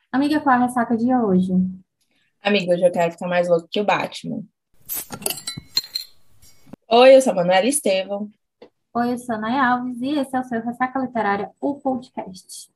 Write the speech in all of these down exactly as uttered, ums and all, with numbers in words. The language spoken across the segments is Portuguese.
Amiga, qual é a ressaca de hoje? Amigo, hoje eu quero ficar mais louco que o Batman. Oi, eu sou a Manuela Estevão. Oi, eu sou a Nay Alves e esse é o seu Ressaca Literária, o podcast.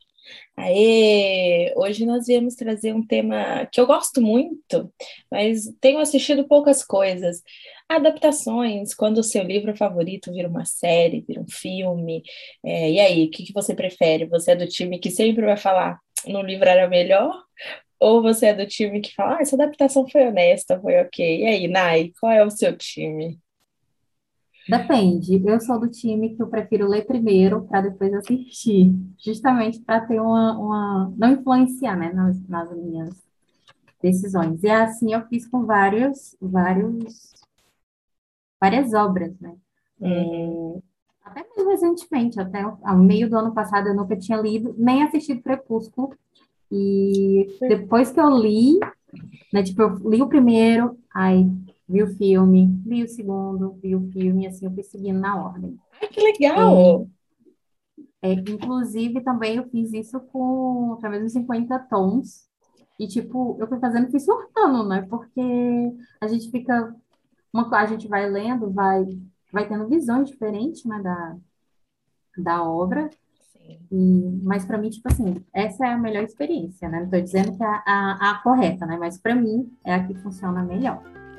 Aê! Hoje nós viemos trazer um tema que eu gosto muito, mas tenho assistido poucas coisas. Adaptações, quando o seu livro favorito vira uma série, vira um filme. É, e aí, o que que você prefere? Você é do time que sempre vai falar no livro era melhor? Ou você é do time que fala, ah, essa adaptação foi honesta, foi ok? E aí, Nai, qual é o seu time? Depende, eu sou do time que eu prefiro ler primeiro para depois assistir, justamente para ter uma, uma... não influenciar, né, nas, nas minhas decisões. E assim eu fiz com vários, vários, várias obras, né? Uhum. Até mesmo recentemente, até ao meio do ano passado, eu nunca tinha lido nem assistido Crepúsculo. E depois que eu li, né? Tipo, eu li o primeiro, aí vi o filme, li o segundo, vi o filme, assim, eu fui seguindo na ordem. Ai, que legal! É, inclusive, também eu fiz isso com talvez uns cinquenta tons. E, tipo, eu fui fazendo, fui surtando, né? Porque a gente fica, uma, a gente vai lendo, vai, vai tendo visões diferentes, né, da, da obra. Sim. E, mas para mim, tipo assim, essa é a melhor experiência, né? Não estou dizendo que é a, a, a correta, né? Mas para mim é a que funciona melhor.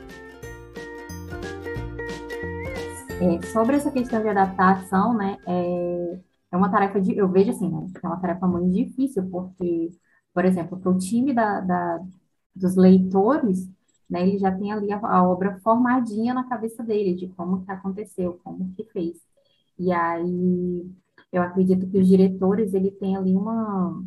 É, sobre essa questão de adaptação, né, é, é uma tarefa de, eu vejo assim, né, que é uma tarefa muito difícil, porque, por exemplo, para o time da, da, dos leitores, né, ele já tem ali a, a obra formadinha na cabeça dele, de como que aconteceu, como que fez. E aí, eu acredito que os diretores, ele tem ali uma,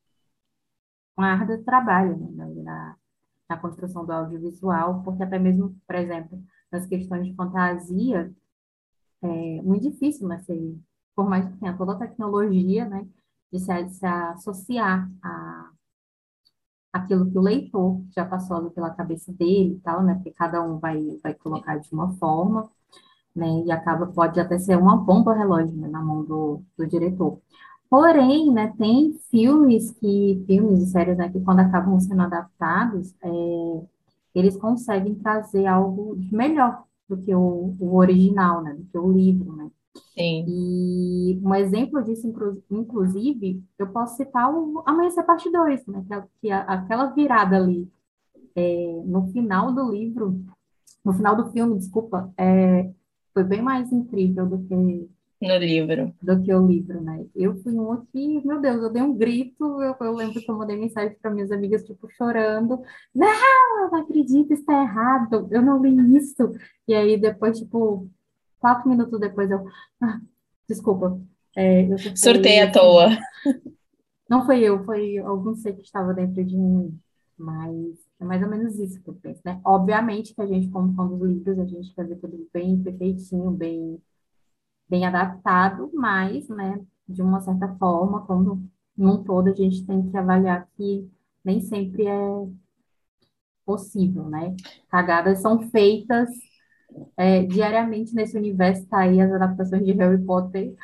uma árdua trabalho, né, na, na construção do audiovisual, porque até mesmo, por exemplo, nas questões de fantasia, é muito difícil, né? Você, por mais que tenha toda a tecnologia, né? De se, se associar a aquilo que o leitor já passou ali pela cabeça dele e tal, né? Porque cada um vai, vai colocar de uma forma, né? E acaba, pode até ser uma bomba relógio, né, na mão do, do diretor. Porém, né, tem filmes que, filmes e séries, né, que quando acabam sendo adaptados, é, eles conseguem trazer algo de melhor do que o, o original, né, do que o livro, né? Sim. E um exemplo disso, inclu- inclusive, eu posso citar o Amanhecer Parte dois, né? Que, a- que a- aquela virada ali, é, no final do livro, no final do filme, desculpa, é, foi bem mais incrível do que, No livro. do que o livro, né? Eu fui um aqui, meu Deus, eu dei um grito, eu, eu lembro que eu mandei mensagem para minhas amigas, tipo, chorando. Não, eu não acredito, isso está errado, eu não li isso. E aí, depois, tipo, quatro minutos depois, eu... "Ah, desculpa, é, eu Surtei surtei à esse. toa. Não foi eu, foi algum ser que estava dentro de mim. Mas é mais ou menos isso que eu penso, né? Obviamente que a gente, como fã dos livros, a gente quer ver tudo bem perfeitinho, bem, bem adaptado, mas, né, de uma certa forma, como num todo, a gente tem que avaliar que nem sempre é possível, né? Cagadas são feitas é, diariamente nesse universo, tá aí as adaptações de Harry Potter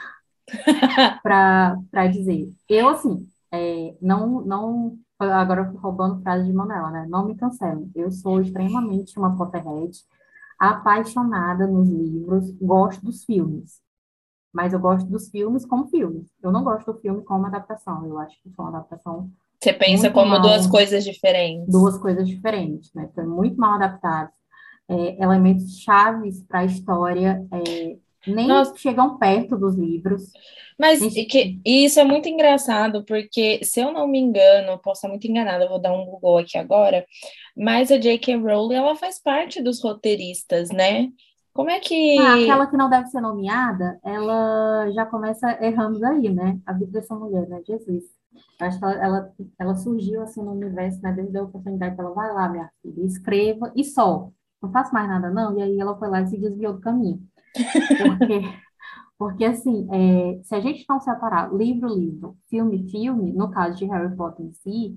para para dizer. Eu, assim, é, não, não, agora eu tô roubando frase de Manela, né? Não me cancelem. Eu sou extremamente uma Potterhead, apaixonada nos livros, gosto dos filmes, mas eu gosto dos filmes como filmes. Eu não gosto do filme como adaptação. Eu acho que foi uma adaptação Você pensa muito como duas mal, coisas diferentes. duas coisas diferentes, né? Foi muito mal adaptado. É, elementos chaves para a história é, nem Nossa, chegam perto dos livros. mas e Nem- que, e isso é muito engraçado, porque se eu não me engano, eu posso estar muito enganada, eu vou dar um Google aqui agora, mas a J K. Rowling, ela faz parte dos roteiristas, né? Como é Ah, que... aquela que não deve ser nomeada, ela já começa errando daí, né? A vida dessa mulher, né? Jesus. Eu acho que ela, ela, ela surgiu assim no universo, né? Desde a oportunidade que ela vai lá, minha filha, escreva e só. Não faço mais nada, não. E aí ela foi lá e se desviou do caminho. Porque, porque assim, é, se a gente não separar livro, livro, filme, filme, no caso de Harry Potter em si,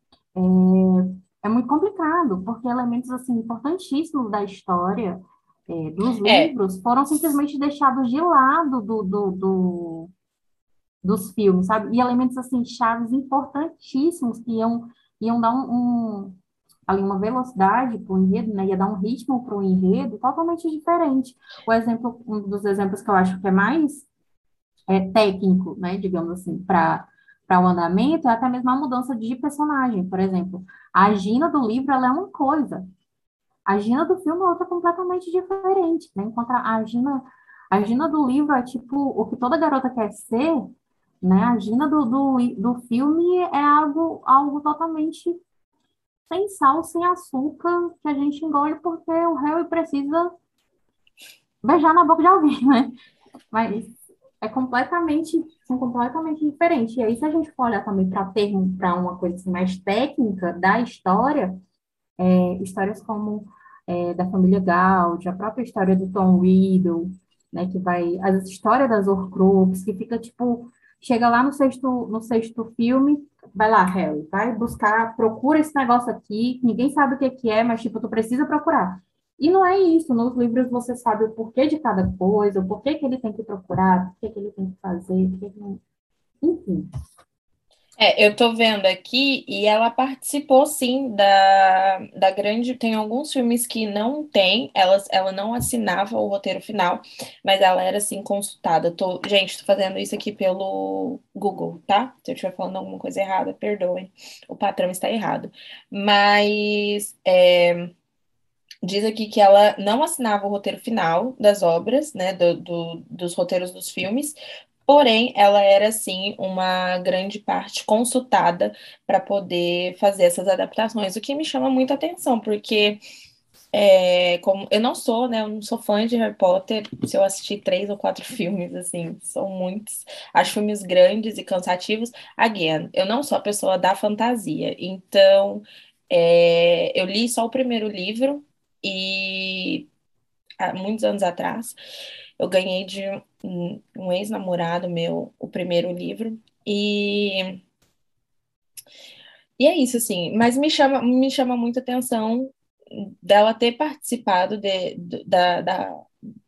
é muito complicado, porque elementos assim importantíssimos da história é, dos É, livros foram simplesmente deixados de lado do, do, do, dos filmes, sabe? E elementos, assim, chaves importantíssimos que iam, iam dar um, um- ali uma velocidade para o enredo, né? Ia dar um ritmo para o enredo totalmente diferente. O exemplo, um dos exemplos que eu acho que é mais é, técnico, né? Digamos assim, para para o andamento, é até mesmo a mudança de personagem, por exemplo. A Gina do livro, ela é uma coisa. A Gina do filme é outra completamente diferente, né? Enquanto a Gina, a Gina do livro é tipo o que toda garota quer ser, né? A Gina do, do, do filme é algo, algo totalmente sem sal, sem açúcar, que a gente engole porque o Harry precisa beijar na boca de alguém, né? Mas é completamente, são completamente diferentes. E aí, se a gente for olhar também para termo, para uma coisa assim, mais técnica da história, é, histórias como é, da família Gaudio, a própria história do Tom Riddle, né, que vai, as histórias das Horcruxes, que fica tipo, chega lá no sexto, no sexto filme, vai lá, Harry, vai buscar, procura esse negócio aqui, ninguém sabe o que que é, mas tipo, tu precisa procurar. E não é isso, nos livros você sabe o porquê de cada coisa, o porquê que ele tem que procurar, o porquê que ele tem que fazer, o porquê que não... Enfim. É, eu tô vendo aqui e ela participou sim da, da grande. Tem alguns filmes que não tem, ela, ela não assinava o roteiro final, mas ela era assim consultada. Tô, gente, tô fazendo isso aqui pelo Google, tá? Se eu estiver falando alguma coisa errada, perdoem. O patrão está errado. Mas é, diz aqui que ela não assinava o roteiro final das obras, né? Do, do- dos roteiros dos filmes. Porém, ela era, assim, uma grande parte consultada para poder fazer essas adaptações, o que me chama muita atenção, porque é, como eu não sou, né, eu não sou fã de Harry Potter, se eu assistir três ou quatro filmes, assim, são muitos, acho filmes grandes e cansativos. Again, eu não sou a pessoa da fantasia, então é, eu li só o primeiro livro e há muitos anos atrás. Eu ganhei de um, um ex-namorado meu o primeiro livro. E, e é isso, assim. Mas me chama, me chama muita atenção dela ter participado de, do- da, da-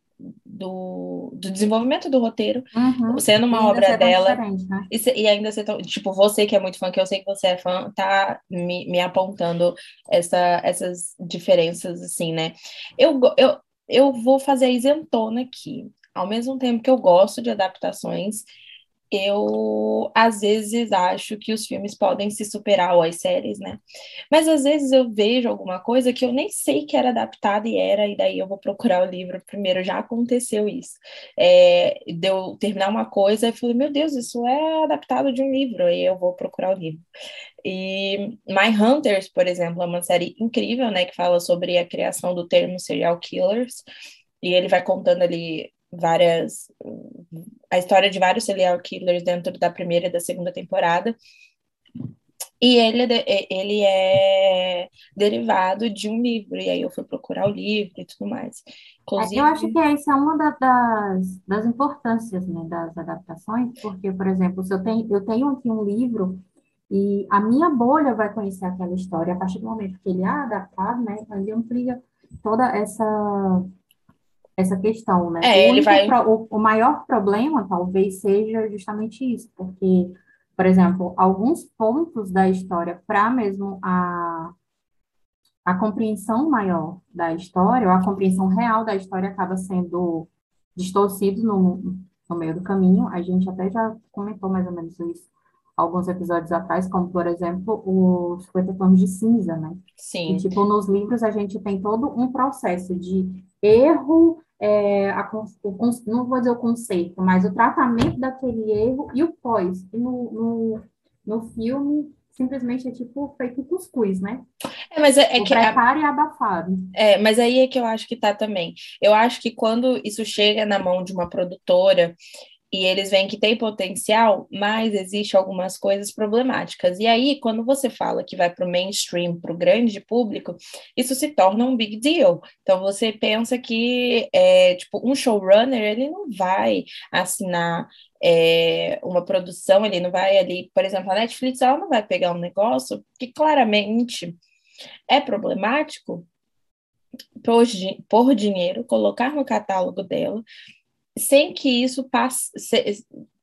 do, do desenvolvimento do roteiro, Uhum. sendo E uma ainda obra ser tão dela. diferente, né? E, se- e ainda ser tão, tipo, você que é muito fã, que eu sei que você é fã, tá me, me apontando essa, essas diferenças, assim, né? Eu, go- eu, eu vou fazer a isentona aqui. Ao mesmo tempo que eu gosto de adaptações, eu às vezes acho que os filmes podem se superar, ou as séries, né? Mas às vezes eu vejo alguma coisa que eu nem sei que era adaptada e era, e daí eu vou procurar o livro primeiro. Já aconteceu isso. É, de eu terminar uma coisa e falei, meu Deus, isso é adaptado de um livro, e eu vou procurar o livro. E My Hunters, por exemplo, é uma série incrível, né, que fala sobre a criação do termo serial killers, e ele vai contando ali várias a história de vários serial killers dentro da primeira e da segunda temporada. E ele, é de- é, ele é derivado de um livro, e aí eu fui procurar o livro e tudo mais. É, eu acho que Inclusive, essa é uma da- das, das importâncias, né, das adaptações, porque, por exemplo, se eu tenho, eu tenho aqui um livro e a minha bolha vai conhecer aquela história, a partir do momento que ele é adaptado, né, ele amplia toda essa, essa questão, né? é, O ele único, vai. pro- o, o maior problema talvez seja justamente isso, porque, por exemplo, alguns pontos da história para mesmo a a compreensão maior da história, ou a compreensão real da história acaba sendo distorcido no, no meio do caminho. A gente até já comentou mais ou menos isso alguns episódios atrás, como, por exemplo, os cinquenta Tons de Cinza, né? E, Sim. tipo, nos livros a gente tem todo um processo de erro, é, a, o, não vou dizer o conceito, mas o tratamento daquele erro e o pós. E no, no, no filme, simplesmente é tipo feito cuscuz, né? É, mas é, é O que a- precário e abafado. é, mas aí é que eu acho que tá também. Eu acho que quando isso chega na mão de uma produtora e eles veem que tem potencial, mas existe algumas coisas problemáticas. E aí, quando você fala que vai para o mainstream, para o grande público, isso se torna um big deal. Então você pensa que é, tipo, um showrunner ele não vai assinar é, uma produção, ele não vai ali, por exemplo, a Netflix ela não vai pegar um negócio que claramente é problemático por, por dinheiro, colocar no catálogo dela sem que isso passe,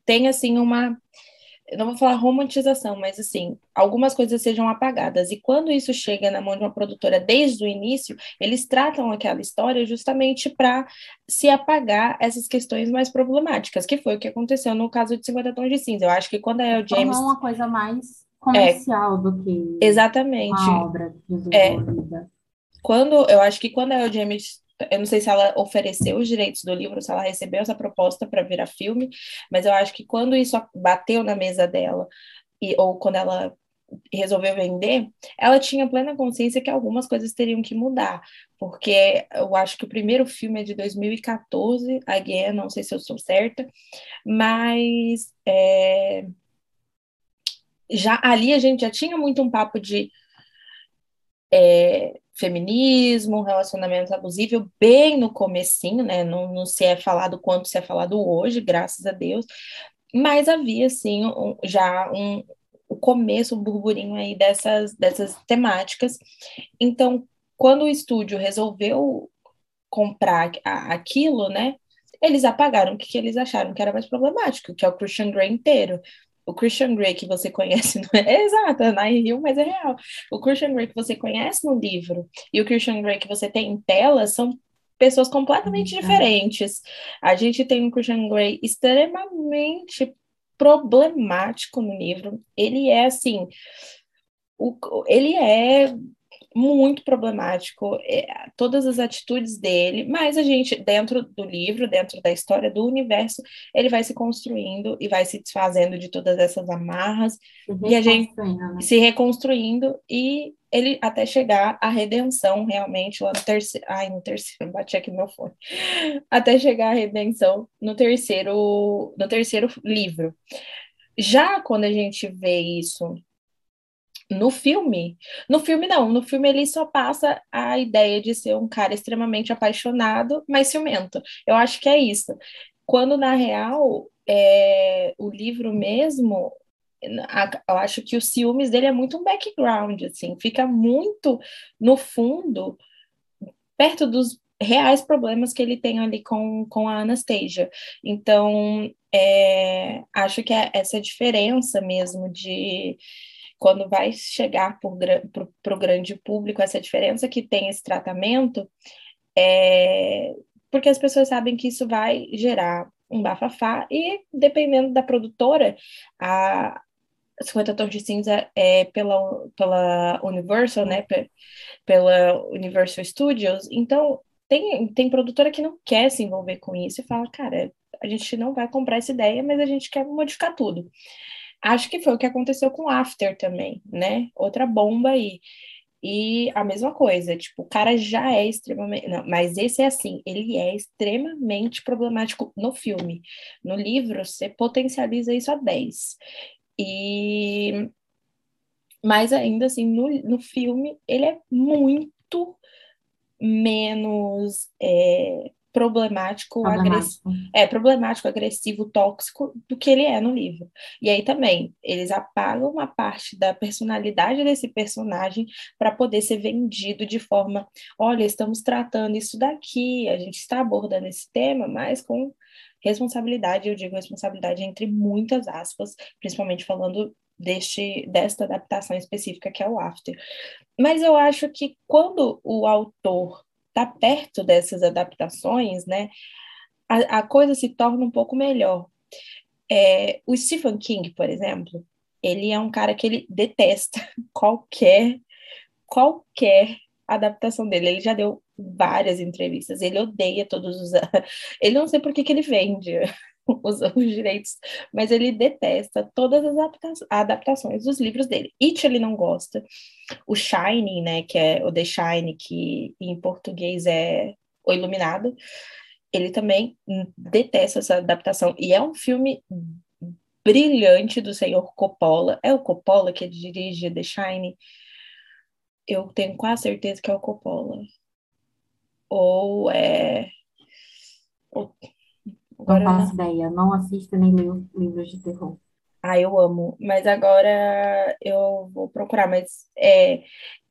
tem, assim, uma... Eu não vou falar romantização, mas, assim, algumas coisas sejam apagadas. E quando isso chega na mão de uma produtora desde o início, eles tratam aquela história justamente para se apagar essas questões mais problemáticas, que foi o que aconteceu no caso de cinquenta Tons de Cinza. Eu acho que quando a El Tornou James... uma coisa mais É, comercial do que uma exatamente. obra É, desenvolvida. quando, eu acho que quando a El James... Eu não sei se ela ofereceu os direitos do livro, se ela recebeu essa proposta para virar filme, mas eu acho que quando isso bateu na mesa dela, e, ou quando ela resolveu vender, ela tinha plena consciência que algumas coisas teriam que mudar, porque eu acho que o primeiro filme é de dois mil e quatorze, Again, não sei se eu sou certa, mas é, já ali a gente já tinha muito um papo de é, feminismo, relacionamento abusivo, bem no comecinho, né? Não, não se é falado quanto se é falado hoje, graças a Deus, mas havia, sim, um, já um, o começo, um burburinho aí dessas, dessas temáticas. Então, quando o estúdio resolveu comprar a, aquilo, né, eles apagaram o que, que eles acharam que era mais problemático, que é o Christian Grey inteiro. O Christian Grey que você conhece, não é, é exato, é Nine Hill, mas é real. O Christian Grey que você conhece no livro e o Christian Grey que você tem em tela são pessoas completamente diferentes. A gente tem um Christian Grey extremamente problemático no livro. Ele é assim, o, ele é muito problemático, é, todas as atitudes dele, mas a gente, dentro do livro, dentro da história do universo, ele vai se construindo e vai se desfazendo de todas essas amarras, Se e a gente reconstruindo, né? se reconstruindo, e ele até chegar à redenção, realmente, lá no terceiro, ai, no terceiro, bati aqui no meu fone, até chegar à redenção no terceiro, no terceiro livro. Já quando a gente vê isso no filme, no filme não, no filme ele só passa a ideia de ser um cara extremamente apaixonado, mas ciumento. Eu acho que é isso. Quando na real, é, o livro mesmo, a- eu acho que os ciúmes dele é muito um background, assim, fica muito no fundo, perto dos reais problemas que ele tem ali com, com a Anastasia. Então, é, acho que é essa diferença mesmo de quando vai chegar para o grande público, essa diferença que tem esse tratamento, é porque as pessoas sabem que isso vai gerar um bafafá, e dependendo da produtora, a cinquenta Tons de Cinza é pela, pela Universal, né, pela Universal Studios, então tem, tem produtora que não quer se envolver com isso e fala, cara, a gente não vai comprar essa ideia, mas a gente quer modificar tudo. Acho que foi o que aconteceu com After também, né? Outra bomba aí. E a mesma coisa, tipo, o cara já é extremamente. Não, mas esse é assim, ele é extremamente problemático no filme. No livro, você potencializa isso a dez. E. Mas ainda assim, no, no filme, ele é muito menos é, problemático, agressivo, Problemático. é, problemático, agressivo, tóxico do que ele é no livro. E aí também, eles apagam uma parte da personalidade desse personagem para poder ser vendido de forma, olha, estamos tratando isso daqui, a gente está abordando esse tema, mas com responsabilidade, eu digo responsabilidade entre muitas aspas, principalmente falando deste, desta adaptação específica que é o After. Mas eu acho que quando o autor está perto dessas adaptações, né, a, a coisa se torna um pouco melhor. É, o Stephen King, por exemplo, ele é um cara que ele detesta qualquer, qualquer adaptação dele. Ele já deu várias entrevistas, ele odeia todos os... Ele não sei por que que ele vende os, os direitos, mas ele detesta todas as adapta adaptações dos livros dele. It ele não gosta. O Shining, né, que é o The Shine, que em português é O Iluminado, ele também detesta essa adaptação. E é um filme brilhante do senhor Coppola. É o Coppola que dirige The Shine? Eu tenho quase certeza que é o Coppola. Ou é... Ou... Não Agora eu faço não... ideia. Não assisto nem leio livros de terror. Ah, eu amo, mas agora eu vou procurar, mas é,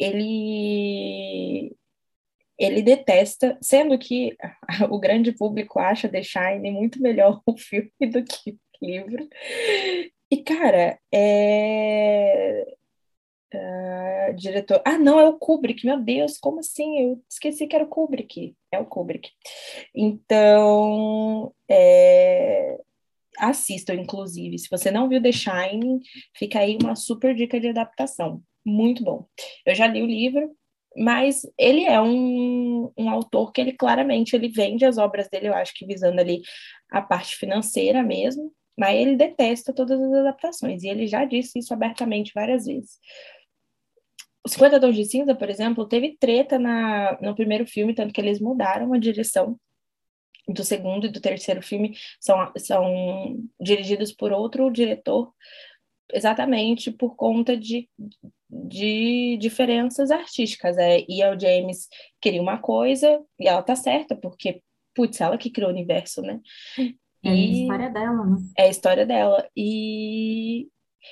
ele ele detesta, sendo que o grande público acha The Shining muito melhor o filme do que livro. E, cara, é... Uh, diretor... Ah, não, é o Kubrick. Meu Deus, como assim? Eu esqueci que era o Kubrick. É o Kubrick. Então, é... assistam, inclusive. Se você não viu The Shining, fica aí uma super dica de adaptação. Muito bom. Eu já li o livro, mas ele é um, um autor que ele claramente ele vende as obras dele, eu acho que visando ali a parte financeira mesmo, mas ele detesta todas as adaptações, e ele já disse isso abertamente várias vezes. Os cinquenta Tons de Cinza, por exemplo, teve treta na, no primeiro filme, tanto que eles mudaram a direção do segundo e do terceiro filme, são, são dirigidos por outro diretor, exatamente por conta de, de diferenças artísticas. É, e a James queria uma coisa, e ela tá certa, porque, putz, ela que criou o universo, né? É a E história dela, né? é a história dela. E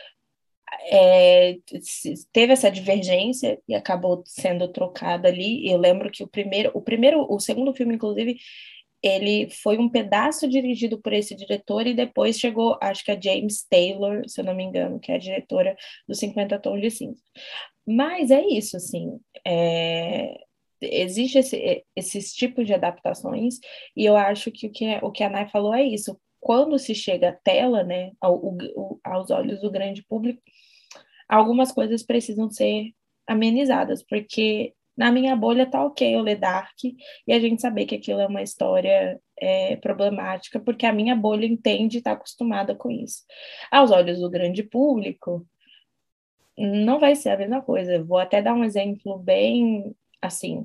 é, teve essa divergência e acabou sendo trocada ali. Eu lembro que o primeiro, o primeiro, o segundo filme, inclusive, ele foi um pedaço dirigido por esse diretor e depois chegou, acho que a James Taylor, se eu não me engano, que é a diretora dos cinquenta Tons de Cinza. Mas é isso, assim, é, existe esse, esses tipos de adaptações e eu acho que o que, o que a Nay falou é isso. Quando se chega à tela, né, ao, ao, aos olhos do grande público, algumas coisas precisam ser amenizadas, porque na minha bolha tá ok eu ler Dark e a gente saber que aquilo é uma história é, problemática, porque a minha bolha entende e está acostumada com isso. Aos olhos do grande público, não vai ser a mesma coisa. Vou até dar um exemplo bem, assim,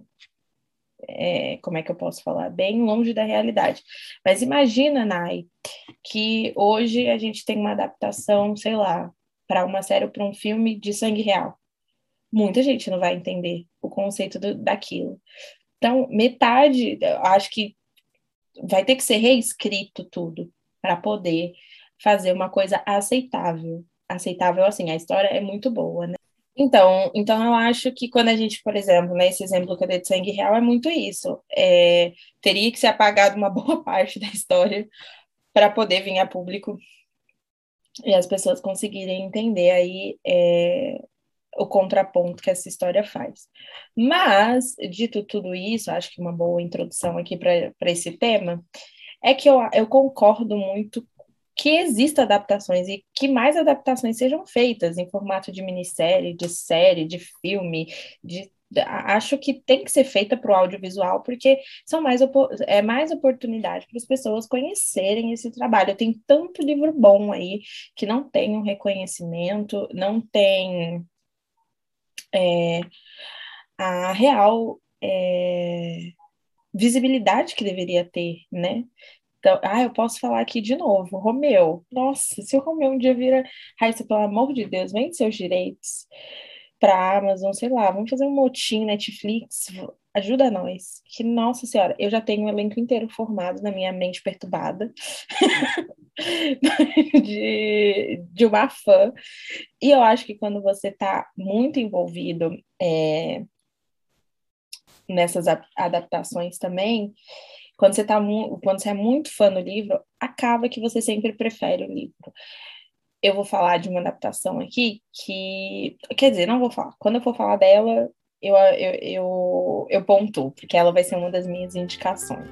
é, como é que eu posso falar? Bem longe da realidade. Mas imagina, Nai, que hoje a gente tem uma adaptação, sei lá, para uma série ou para um filme de sangue real. Muita gente não vai entender o conceito do, daquilo. Então, metade, eu acho que vai ter que ser reescrito tudo para poder fazer uma coisa aceitável. Aceitável, assim, a história é muito boa, né? Então, então eu acho que quando a gente, por exemplo, nesse exemplo que eu dei de sangue real, é muito isso. É, teria que ser apagado uma boa parte da história para poder vir a público e as pessoas conseguirem entender aí é, o contraponto que essa história faz. Mas, dito tudo isso, acho que uma boa introdução aqui para esse tema é que eu, eu concordo muito que existam adaptações e que mais adaptações sejam feitas em formato de minissérie, de série, de filme, de acho que tem que ser feita para o audiovisual, porque são mais é mais oportunidade para as pessoas conhecerem esse trabalho. Tem tanto livro bom aí que não tem um reconhecimento, não tem é, a real é, visibilidade que deveria ter, né? Então, ah, eu posso falar aqui de novo, Romeu. Nossa, se o Romeu um dia vira, Raíssa, pelo amor de Deus, vende seus direitos para a Amazon, sei lá, vamos fazer um motim, Netflix, ajuda nós. Que, nossa senhora, eu já tenho um elenco inteiro formado na minha mente perturbada de, de uma fã. E eu acho que quando você está muito envolvido é, nessas adaptações também, quando você, tá quando você é muito fã do livro, acaba que você sempre prefere o livro. Eu vou falar de uma adaptação aqui que... Quer dizer, não vou falar. Quando eu for falar dela, eu, eu, eu, eu pontuo, porque ela vai ser uma das minhas indicações.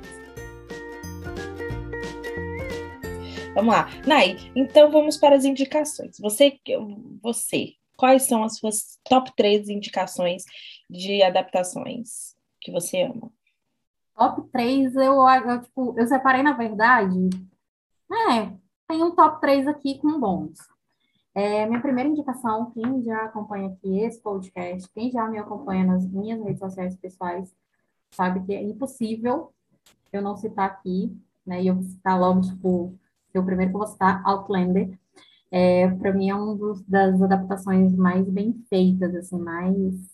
Vamos lá. Nai, então vamos para as indicações. Você, você, quais são as suas top três indicações de adaptações que você ama? Top três eu, eu, tipo, eu separei, na verdade, é, tem um top três aqui com bons. É, minha primeira indicação, quem já acompanha aqui esse podcast, quem já me acompanha nas minhas redes sociais pessoais, sabe que é impossível eu não citar aqui, né? E eu vou citar logo, tipo, o primeiro que eu vou citar, Outlander. É, para mim é uma das adaptações mais bem feitas, assim, mais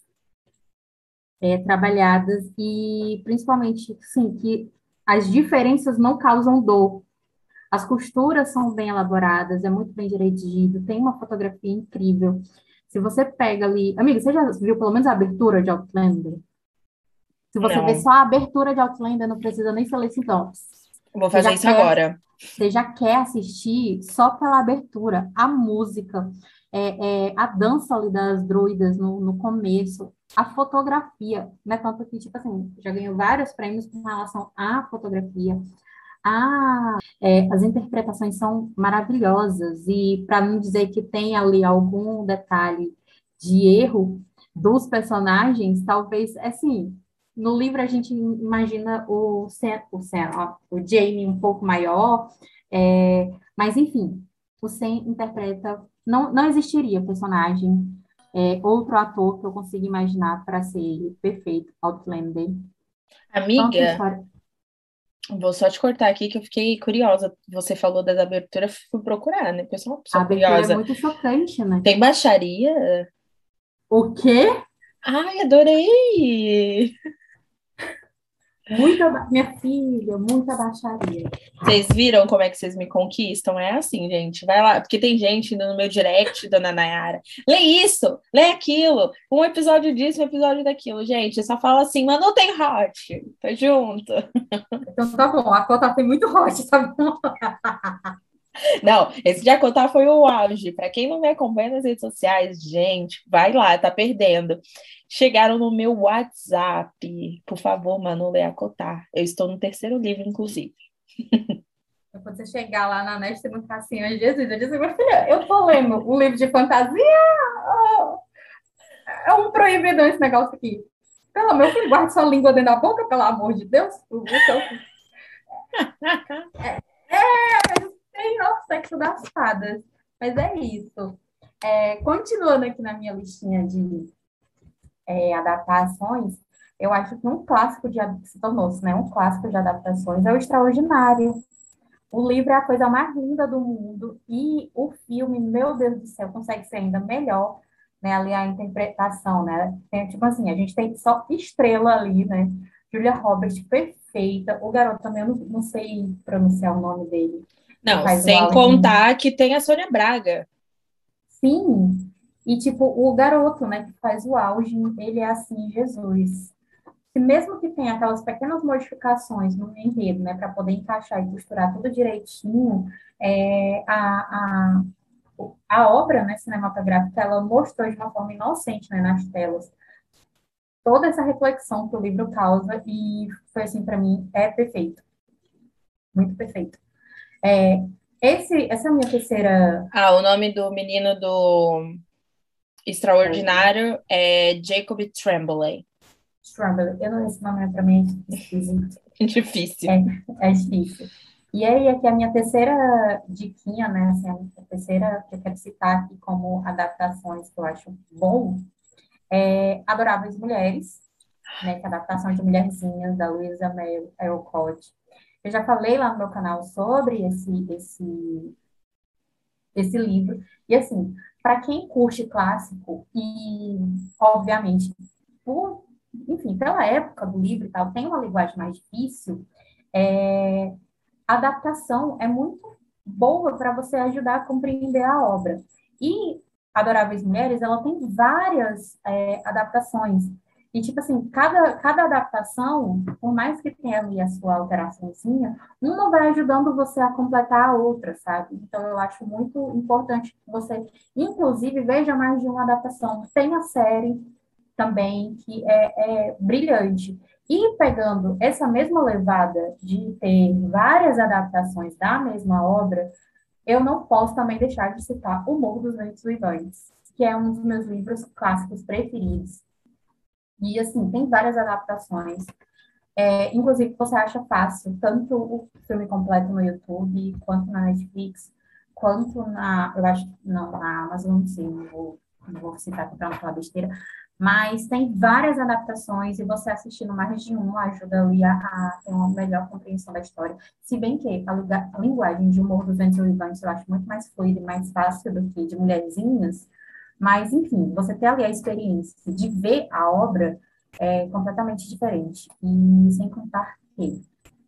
é, trabalhadas e principalmente, sim, que as diferenças não causam dor. As costuras são bem elaboradas, é muito bem dirigido, tem uma fotografia incrível. Se você pega ali... Amiga, você já viu pelo menos a abertura de Outlander? Se você vê Não, só a abertura de Outlander, não precisa nem ser sinopse. vou Você fazer já isso quer, agora. Você já quer assistir só pela abertura, a música, é, é, a dança ali das druidas no, no começo, a fotografia, né? Tanto que, tipo assim, já ganhou vários prêmios com relação à fotografia. Ah, é, as interpretações são maravilhosas, e para não dizer que tem ali algum detalhe de erro dos personagens, talvez, assim, no livro a gente imagina o Sam, o, Sam, ó, o Jamie um pouco maior, é, mas enfim, o Sam interpreta, não, não existiria personagem, é, outro ator que eu consigo imaginar para ser ele perfeito, Outlander, tanto a Amiga, história. vou só te cortar aqui que eu fiquei curiosa. Você falou das aberturas, fui procurar, né? Porque eu sou uma A pessoa abertura é curiosa. muito chocante, né? Tem baixaria? O quê? Ai, adorei! Muita, ba- minha filha, muita baixaria. Vocês viram como é que vocês me conquistam? É assim, gente. Vai lá, porque tem gente indo no meu direct, dona Nayara. Lê isso, lê aquilo. Um episódio disso, um episódio daquilo. Gente, só fala assim, mas não tem hot. Tá junto. Então tá bom, a conta foi muito hot, tá bom? Não, esse de Acotar foi o auge. Para quem não me acompanha nas redes sociais, gente, vai lá, tá perdendo. Chegaram no meu WhatsApp. Por favor, Manu, lê Acotar. Eu estou no terceiro livro, inclusive. Quando você chegar lá na net, você vai ficar assim, "Ai, Jesus, eu disse, minha filha, eu tô lendo um livro de fantasia, é um proibidão esse negócio aqui. Pelo meu filho, guarde sua língua dentro da boca, pelo amor de Deus. O, o seu tem o sexo das fadas. Mas é isso. É, continuando aqui na minha listinha de é, adaptações, eu acho que um clássico de se tornou-se, né, um clássico de adaptações é o Extraordinário. O livro é a coisa mais linda do mundo e o filme, meu Deus do céu, consegue ser ainda melhor, né? Ali a interpretação, né? Tem, tipo assim, a gente tem só estrela ali, né? Julia Roberts, perfeita. O garoto também, eu não, não sei pronunciar o nome dele, que Não, faz o sem Alvin. contar que tem a Sônia Braga. Sim, e tipo, o garoto, né, que faz o Alvin, ele é assim, Jesus. E mesmo que tenha aquelas pequenas modificações no enredo, né, para poder encaixar e costurar tudo direitinho, é, a, a, a obra, né, cinematográfica, ela mostrou de uma forma inocente, né, nas telas, toda essa reflexão que o livro causa, e foi assim, para mim, é perfeito, muito perfeito. É, esse, essa é a minha terceira. Ah, o nome do menino do Extraordinário é Jacob Tremblay. Scramble, eu não, esse nome é para mim esquisito. Difícil. É, é difícil. E aí, aqui a minha terceira diquinha, né, assim, a terceira que eu quero citar aqui como adaptações que eu acho bom, é Adoráveis Mulheres, né, que é a adaptação de Mulherzinhas, da Louisa May Alcott. Eu já falei lá no meu canal sobre esse, esse, esse livro, e assim, para quem curte clássico, e obviamente, por, enfim, pela época do livro e tal, tem uma linguagem mais difícil, é, a adaptação é muito boa para você ajudar a compreender a obra. E Adoráveis Mulheres, ela tem várias é, adaptações. E, tipo assim, cada, cada adaptação, por mais que tenha ali a sua alteraçãozinha, uma vai ajudando você a completar a outra, sabe? Então, eu acho muito importante que você, inclusive, veja mais de uma adaptação. Tem a série também, que é, é brilhante. E pegando essa mesma levada de ter várias adaptações da mesma obra, eu não posso também deixar de citar O Morro dos Ventos Uivantes, que é um dos meus livros clássicos preferidos. E, assim, tem várias adaptações. É, inclusive, você acha fácil, tanto o filme completo no YouTube, quanto na Netflix, quanto na, eu acho, não, na Amazon, sim, não vou, não vou citar para não falar besteira, mas tem várias adaptações e você assistindo mais de um ajuda ali a, a ter uma melhor compreensão da história. Se bem que a, a linguagem de humor dos Ventos Uivantes eu acho muito mais fluida e mais fácil do que de Mulherzinhas, mas, enfim, você ter ali a experiência de ver a obra é completamente diferente. E sem contar que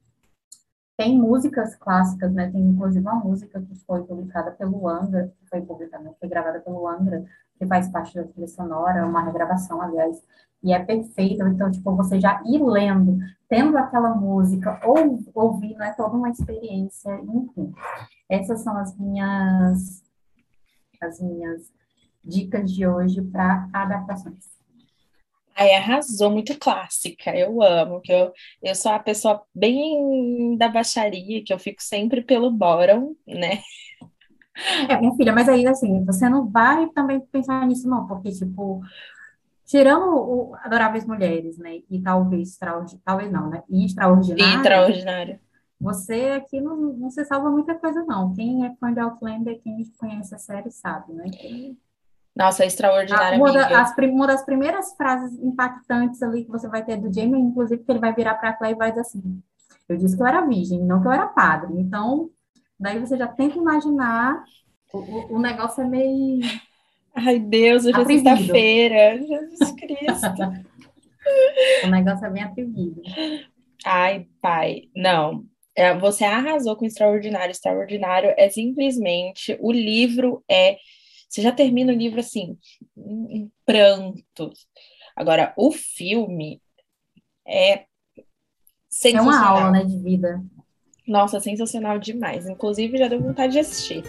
tem músicas clássicas, né? Tem inclusive uma música que foi publicada pelo Angra, que foi publicada, foi gravada pelo Angra, que faz parte da trilha sonora, uma regravação, aliás, e é perfeito. Então, tipo, você já ir lendo, tendo aquela música, ou ouvindo, é toda uma experiência, enfim. Essas são as minhas, as minhas dicas de hoje para adaptações. Aí arrasou, muito clássica, eu amo, que eu, eu sou a pessoa bem da baixaria, que eu fico sempre pelo bottom, né? É, minha filha, mas aí, assim, você não vai também pensar nisso, não, porque, tipo, tirando o Adoráveis Mulheres, né, e talvez, extraordi- talvez não, né, e E Extraordinários, extraordinário. você aqui não, não se salva muita coisa, não. Quem é fã de Outlander, quem conhece a série, sabe, né, que Nossa, a- extraordinária, uma, da- amiga. as prim- uma das primeiras frases impactantes ali que você vai ter do Jamie, inclusive, que ele vai virar para a Clay e vai dizer assim, eu disse que eu era virgem, não que eu era padre. Então, daí você já tenta imaginar, o, o, o negócio é meio Ai, Deus, hoje é atrevido. sexta-feira. Jesus Cristo. O negócio é bem atrevido. Ai, pai, não. É, você arrasou com Extraordinário. Extraordinário é simplesmente o livro é. Você já termina o livro assim, em, em prantos. Agora, o filme é É uma aula, sensacional. né, de vida. Nossa, sensacional demais. Inclusive, já deu vontade de assistir.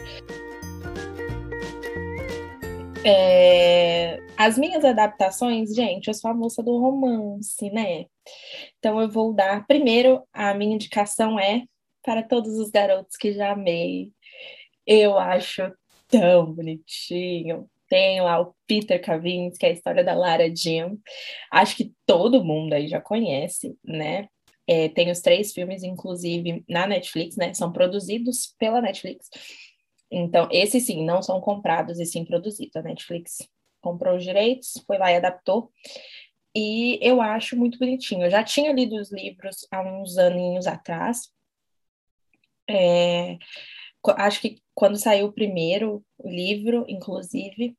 É, as minhas adaptações, gente, eu sou a moça do romance, né? Então eu vou dar. Primeiro, a minha indicação é Para Todos os Garotos que Já Amei. Eu acho tão bonitinho. Tem lá o Peter Kavins, que é a história da Lara Jean. Acho que todo mundo aí já conhece, né? É, tem os três filmes, inclusive, na Netflix, né? São produzidos pela Netflix. Então, esses sim, não são comprados e sim produzidos. A Netflix comprou os direitos, foi lá e adaptou. E eu acho muito bonitinho. Eu já tinha lido os livros há uns aninhos atrás. É, acho que quando saiu o primeiro livro, inclusive.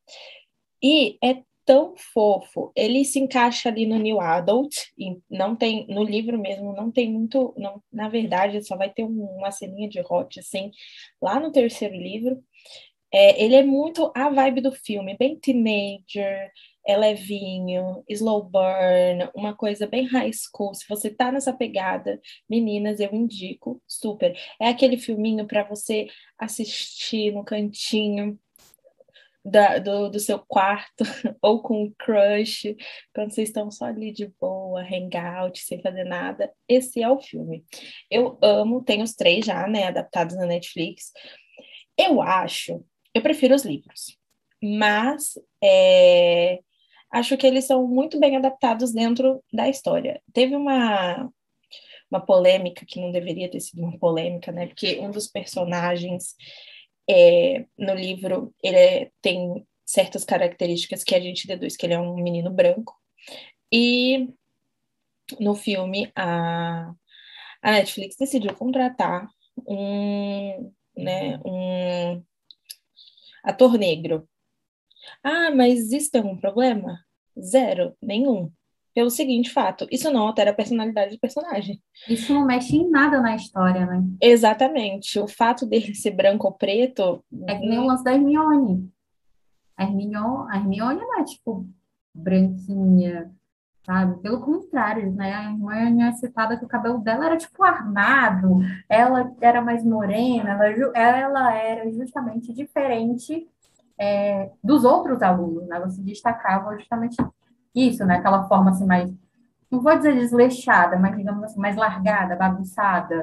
E é tão fofo. Ele se encaixa ali no New Adult. E não tem, no livro mesmo, não tem muito. Não, na verdade, só vai ter um, uma ceninha de hot, assim, lá no terceiro livro. É, ele é muito a vibe do filme, bem teenager, é levinho, slow burn, uma coisa bem high school. Se você tá nessa pegada, meninas, eu indico super. É aquele filminho para você assistir no cantinho da, do, do seu quarto ou com um crush, quando vocês estão só ali de boa, hangout, sem fazer nada. Esse é o filme. Eu amo, tem os três já, né, adaptados na Netflix. Eu acho, eu prefiro os livros, mas é, acho que eles são muito bem adaptados dentro da história. Teve uma, uma polêmica, que não deveria ter sido uma polêmica, né? Porque um dos personagens é, no livro, ele é, tem certas características que a gente deduz que ele é um menino branco. E no filme, a, a Netflix decidiu contratar um, né, um ator negro. Ah, mas isso tem algum problema? Zero, nenhum. Pelo seguinte fato, isso não altera a personalidade do personagem. Isso não mexe em nada na história, né? Exatamente. O fato dele ser branco ou preto. É que nem o hum, lance da Hermione. A Hermione, a Hermione não é, tipo, branquinha, sabe? Pelo contrário, né? A Hermione é citada que o cabelo dela era, tipo, armado, ela era mais morena, ela, ju- ela era justamente diferente é, dos outros alunos, né? Ela se destacava justamente isso, né? Aquela forma, assim, mais, não vou dizer desleixada, mas, digamos assim, mais largada, bagunçada,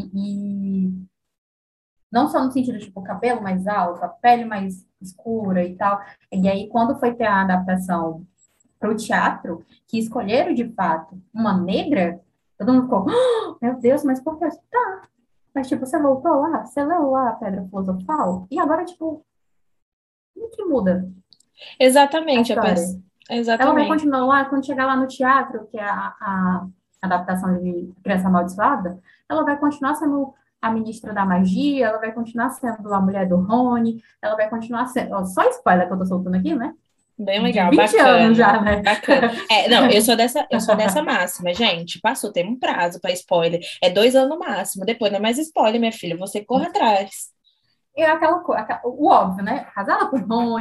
e, e não só no sentido, tipo, cabelo mais alto, a pele mais escura e tal. E aí, quando foi ter a adaptação para o teatro, que escolheram de fato uma negra, todo mundo ficou, "Ah, meu Deus, mas por que? Tá, mas tipo, você voltou lá, você leu lá a Pedra Filosofal, e agora, tipo, o que muda a exatamente, a história? pers- Ela vai exatamente. continuar lá, quando chegar lá no teatro, que é a, a adaptação de Criança Amaldiçoada, ela vai continuar sendo a ministra da magia, ela vai continuar sendo a mulher do Rony, ela vai continuar sendo. Ó, só spoiler que eu tô soltando aqui, né? Bem De legal, vinte anos bacana, já, né? bacana. É, não, eu sou dessa, eu sou dessa máxima, gente. Passou, tem um prazo para spoiler. É dois anos no máximo. Depois não é mais spoiler, minha filha. Você corre atrás. É aquela coisa, o óbvio, né? Casada com Rony,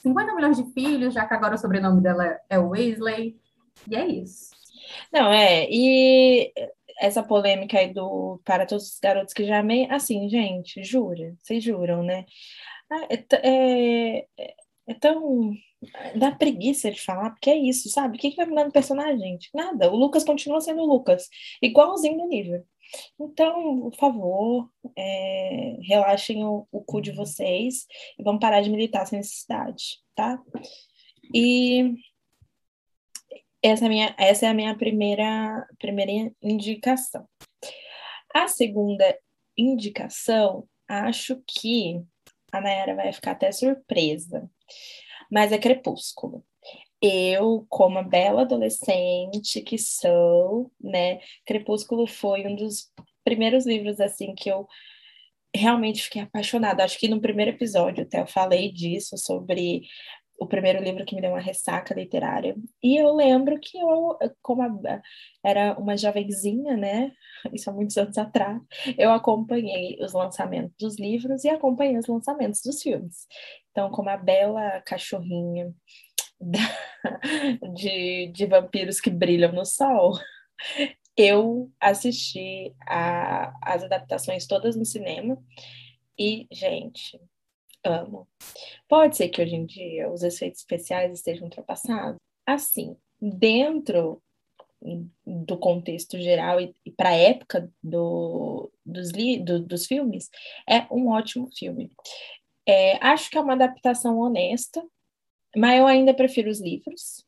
cinquenta milhões de filhos, já que agora o sobrenome dela é Weasley. E é isso. Não, é, e essa polêmica aí do Para Todos os Garotos que Já Amei, assim, gente, jura, vocês juram, né? Ah, É, t- é, é- é tão. Dá preguiça de falar, porque é isso, sabe? O que que vai mudar no personagem, gente? Nada. O Lucas continua sendo o Lucas, igualzinho no livro. Então, por favor, é, relaxem o, o cu de vocês e vamos parar de militar sem necessidade, tá? E essa é a minha, essa é a minha primeira, primeira indicação. A segunda indicação, acho que a Nayara vai ficar até surpresa, mas é Crepúsculo. Eu, como a bela adolescente que sou, né, Crepúsculo foi um dos primeiros livros, assim, que eu realmente fiquei apaixonada. Acho que no primeiro episódio até eu falei disso, sobre o primeiro livro que me deu uma ressaca literária. E eu lembro que eu, como a, era uma jovenzinha, né? Isso há muitos anos atrás, eu acompanhei os lançamentos dos livros e acompanhei os lançamentos dos filmes. Então, como a bela cachorrinha da, de, de vampiros que brilham no sol, eu assisti a, as adaptações todas no cinema e, gente, amo. Pode ser que hoje em dia os efeitos especiais estejam ultrapassados. Assim, dentro do contexto geral e, e para a época do, dos, li, do, dos filmes, é um ótimo filme. É, acho que é uma adaptação honesta, mas eu ainda prefiro os livros.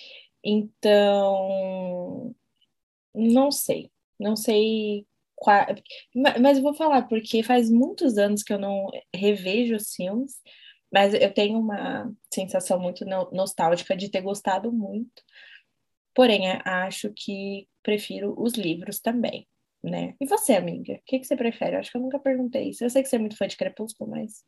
Então, não sei. Não sei qual. Mas eu vou falar, porque faz muitos anos que eu não revejo os filmes, mas eu tenho uma sensação muito no- nostálgica de ter gostado muito. Porém, é, acho que prefiro os livros também, né? E você, amiga? O que que você prefere? Eu acho que eu nunca perguntei isso. Eu sei que você é muito fã de Crepúsculo, mas.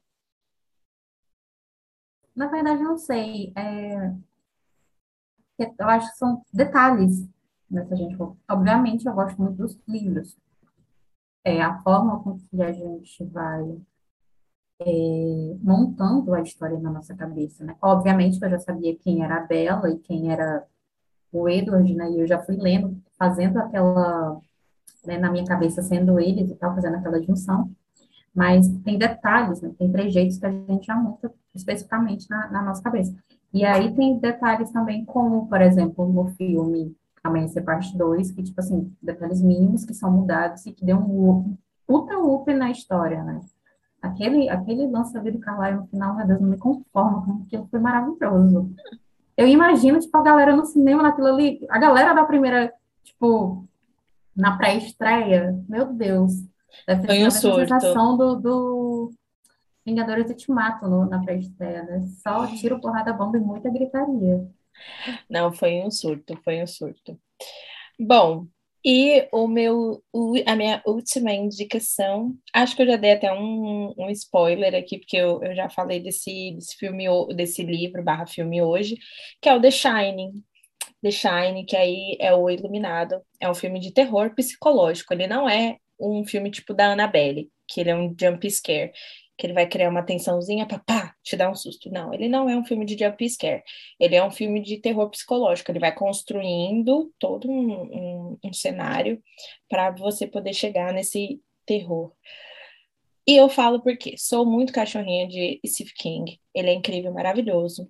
Na verdade, não sei. É, eu acho que são detalhes nessa gente. Obviamente, eu gosto muito dos livros. É a forma com que a gente vai montando a história na nossa cabeça, né? Obviamente que eu já sabia quem era a Bella e quem era o Edward, né? E eu já fui lendo, fazendo aquela, né, na minha cabeça, sendo eles e tal, fazendo aquela junção. Mas tem detalhes, né? Tem trejeitos que a gente já monta especificamente na, na nossa cabeça. E aí tem detalhes também, como, por exemplo, no filme Amanhecer Parte dois, que, tipo assim, detalhes mínimos que são mudados e que deu um up, puta up na história, né? Aquele, aquele lance da vida do Carlyle no final, meu Deus, não me conformo, como aquilo foi maravilhoso. Eu imagino, tipo, a galera no cinema, naquilo ali, a galera da primeira, tipo, na pré-estreia, meu Deus, deve ter Foi sido um a mesma surto. sensação do, do Vingadores Ultimato no, na pré-estreia, né? Só tiro, porrada, bomba e muita gritaria. Não, foi um surto, foi um surto. Bom, e o meu, o- a minha última indicação, acho que eu já dei até um, um spoiler aqui, porque eu, eu já falei desse, desse filme, ho- desse livro barra filme hoje, que é o The Shining. The Shining, que aí é o Iluminado, é um filme de terror psicológico, ele não é um filme tipo da Annabelle, que ele é um jump scare, que ele vai criar uma tensãozinha pra pá, te dar um susto. Não, ele não é um filme de jump scare, ele é um filme de terror psicológico, ele vai construindo todo um, um, um cenário para você poder chegar nesse terror. E eu falo porque sou muito cachorrinha de Stephen King, ele é incrível, maravilhoso.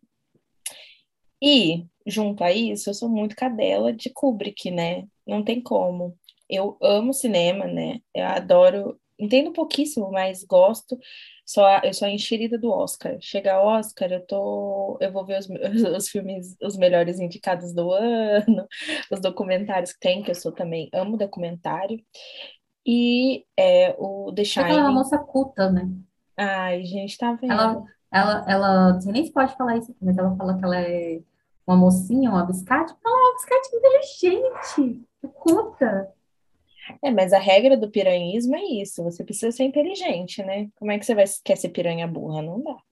E, junto a isso, eu sou muito cadela de Kubrick, né? Não tem como. Eu amo cinema, né? Eu adoro, entendo pouquíssimo, mas gosto. Só, eu sou a enxerida do Oscar. Chega o Oscar, eu tô, eu vou ver os, os filmes, os melhores indicados do ano, os documentários que tem, que eu sou também, amo documentário. E é, o The Porque ela é uma Shining. moça culta, né? Ai, gente, tá Ela, vendo? ela, ela, não sei nem se pode falar isso aqui, mas ela fala que ela é uma mocinha, uma biscate. Ela é uma biscate inteligente, culta. É, mas a regra do piranhismo é isso, você precisa ser inteligente, né? Como é que você vai, quer ser piranha burra? Não dá.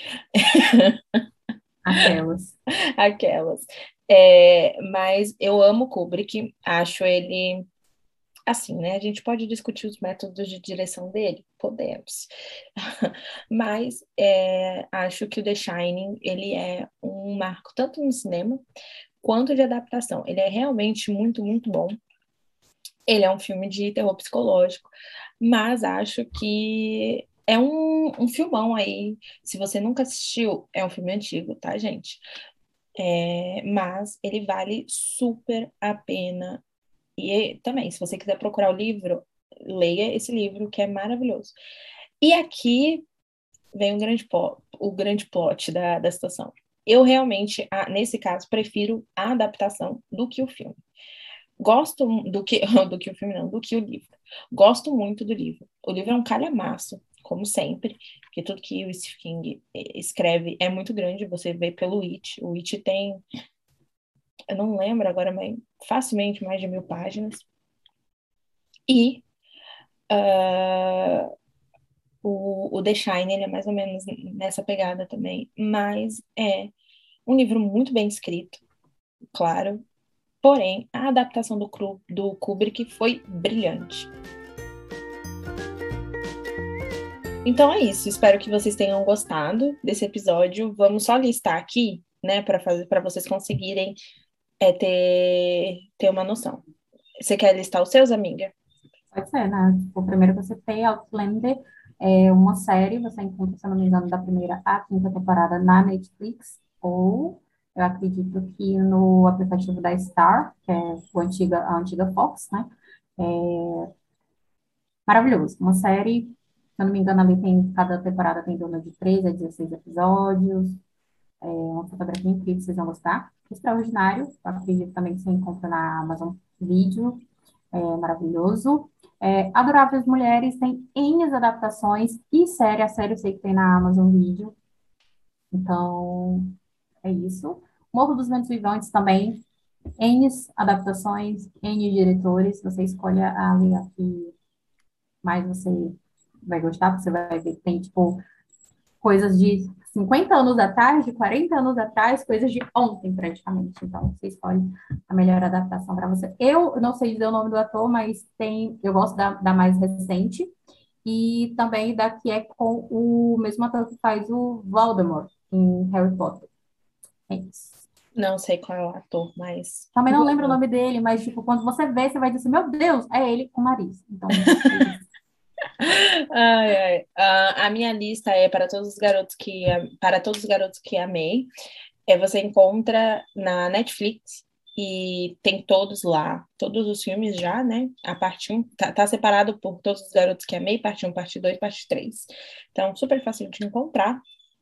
Aquelas. Aquelas. É, mas eu amo Kubrick, acho ele. assim, né? A gente pode discutir os métodos de direção dele? Podemos. Mas é, acho que o The Shining, ele é um marco tanto no cinema quanto de adaptação. Ele é realmente muito, muito bom. Ele é um filme de terror psicológico, mas acho que é um, um filmão aí. Se você nunca assistiu, é um filme antigo, tá, gente? É, mas ele vale super a pena. E também, se você quiser procurar o livro, leia esse livro, que é maravilhoso. E aqui vem o grande, po- o grande plot da, da situação. Eu realmente, nesse caso, prefiro a adaptação do que o filme. Gosto do que, do que o filme, não, do que o livro. Gosto muito do livro. O livro é um calhamaço, como sempre, porque tudo que o Stephen King escreve é muito grande, você vê pelo It. O It tem, eu não lembro agora, mas facilmente mais de mil páginas. E uh, o, o The Shine, ele é mais ou menos nessa pegada também, mas é um livro muito bem escrito, claro, porém, a adaptação do, do Kubrick foi brilhante. Então é isso, espero que vocês tenham gostado desse episódio. Vamos só listar aqui, né, para fazer para vocês conseguirem é, ter, ter uma noção. Você quer listar os seus, amiga? Pode ser, né? Tipo, primeiro você tem Outlander, é uma série, você encontra, se eu não me engano, da primeira à quinta temporada na Netflix, ou eu acredito que no aplicativo da Star, que é o antiga, a antiga Fox, né? É maravilhoso. Uma série, se eu não me engano, ali tem, cada temporada tem em torno de treze a dezesseis episódios, é uma fotografia incrível, vocês vão gostar. Extraordinário, eu acredito também que você encontra na Amazon Video, é maravilhoso. É, Adoráveis Mulheres tem N adaptações e série, a série eu sei que tem na Amazon Video, então é isso. Morro dos Ventos Vivantes também, N adaptações, N diretores, você escolhe a a que mais você vai gostar, porque você vai ver que tem, tipo, coisas de cinquenta anos atrás, de quarenta anos atrás, coisas de ontem, praticamente. Então, você escolhe a melhor adaptação para você. Eu não sei dizer o nome do ator, mas tem, eu gosto da, da mais recente, e também da que é com o mesmo ator que faz o Voldemort em Harry Potter. É isso. Não sei qual é o ator, mas... Também não lembro o nome dele, mas, tipo, quando você vê, você vai dizer, meu Deus, é ele com nariz. Então, é isso. Ai, ai. A, a minha lista é para todos os garotos que para todos os garotos que amei. É, você encontra na Netflix e tem todos lá, todos os filmes já, né? A parte um tá, tá separado por todos os garotos que amei, parte um, parte dois, parte três. Então, super fácil de encontrar.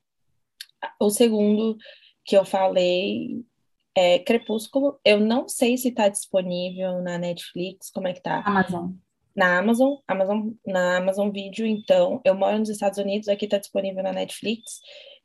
O segundo que eu falei é Crepúsculo. Eu não sei se está disponível na Netflix, como é que tá? Amazon. Na Amazon, Amazon, na Amazon Video, então, eu moro nos Estados Unidos, aqui está disponível na Netflix,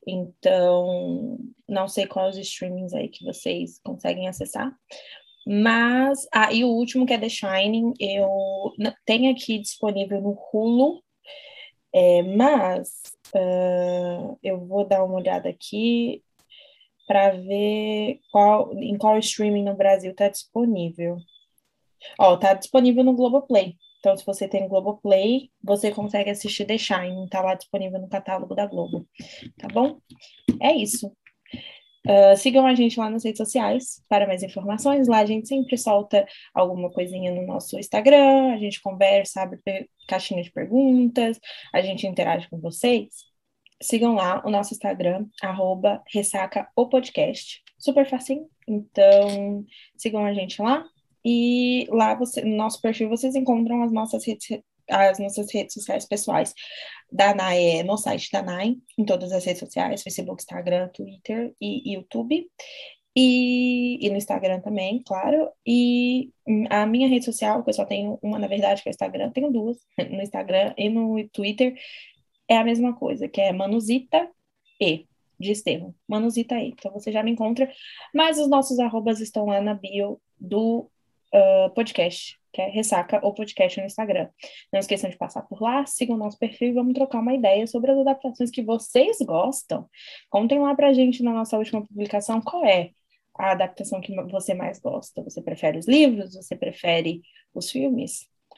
então, não sei quais os streamings aí que vocês conseguem acessar, mas, ah, e o último, que é The Shining, eu tenho aqui disponível no Hulu, é, mas uh, eu vou dar uma olhada aqui para ver qual, em qual streaming no Brasil está disponível. Ó, tá disponível no Globoplay. Então, se você tem Globoplay, você consegue assistir The Shining, tá lá disponível no catálogo da Globo, tá bom? É isso. Uh, sigam a gente lá nas redes sociais para mais informações. Lá a gente sempre solta alguma coisinha no nosso Instagram, a gente conversa, abre caixinha de perguntas, a gente interage com vocês. Sigam lá o nosso Instagram, arroba ressaca o podcast. Super facinho. Então, sigam a gente lá. E lá você, no nosso perfil vocês encontram as nossas redes, as nossas redes sociais pessoais. Da Nai é no site da Nai, em todas as redes sociais, Facebook, Instagram, Twitter e YouTube. E, e no Instagram também, claro. E a minha rede social, que eu só tenho uma, na verdade, que é o Instagram, tenho duas, no Instagram e no Twitter, é a mesma coisa, que é Manuzita E, de Estevão. Manuzita E. Então você já me encontra. Mas os nossos arrobas estão lá na bio do uh, podcast, que é Ressaca ou Podcast no Instagram. Não esqueçam de passar por lá, sigam o nosso perfil e vamos trocar uma ideia sobre as adaptações que vocês gostam. Contem lá pra gente na nossa última publicação qual é a adaptação que você mais gosta. Você prefere os livros? Você prefere os filmes?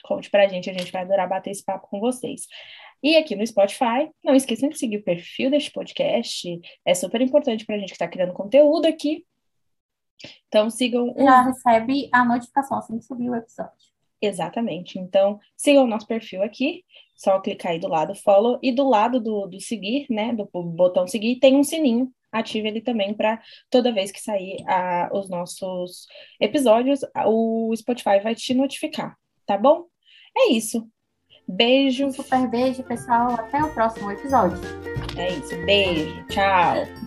conte pra gente, a gente vai adorar bater esse papo com vocês. E aqui no Spotify, não esqueçam de seguir o perfil deste podcast, é super importante pra gente que está criando conteúdo aqui. Então sigam o... Já recebe a notificação assim que subir o episódio. Exatamente. Então, sigam o nosso perfil aqui, só clicar aí do lado follow, e do lado do, do seguir, né, do botão seguir, tem um sininho, ative ele também para toda vez que sair a, os nossos episódios, o Spotify vai te notificar, tá bom? É isso. Beijo. Um super beijo, pessoal. Até o próximo episódio. É isso. Beijo. Tchau.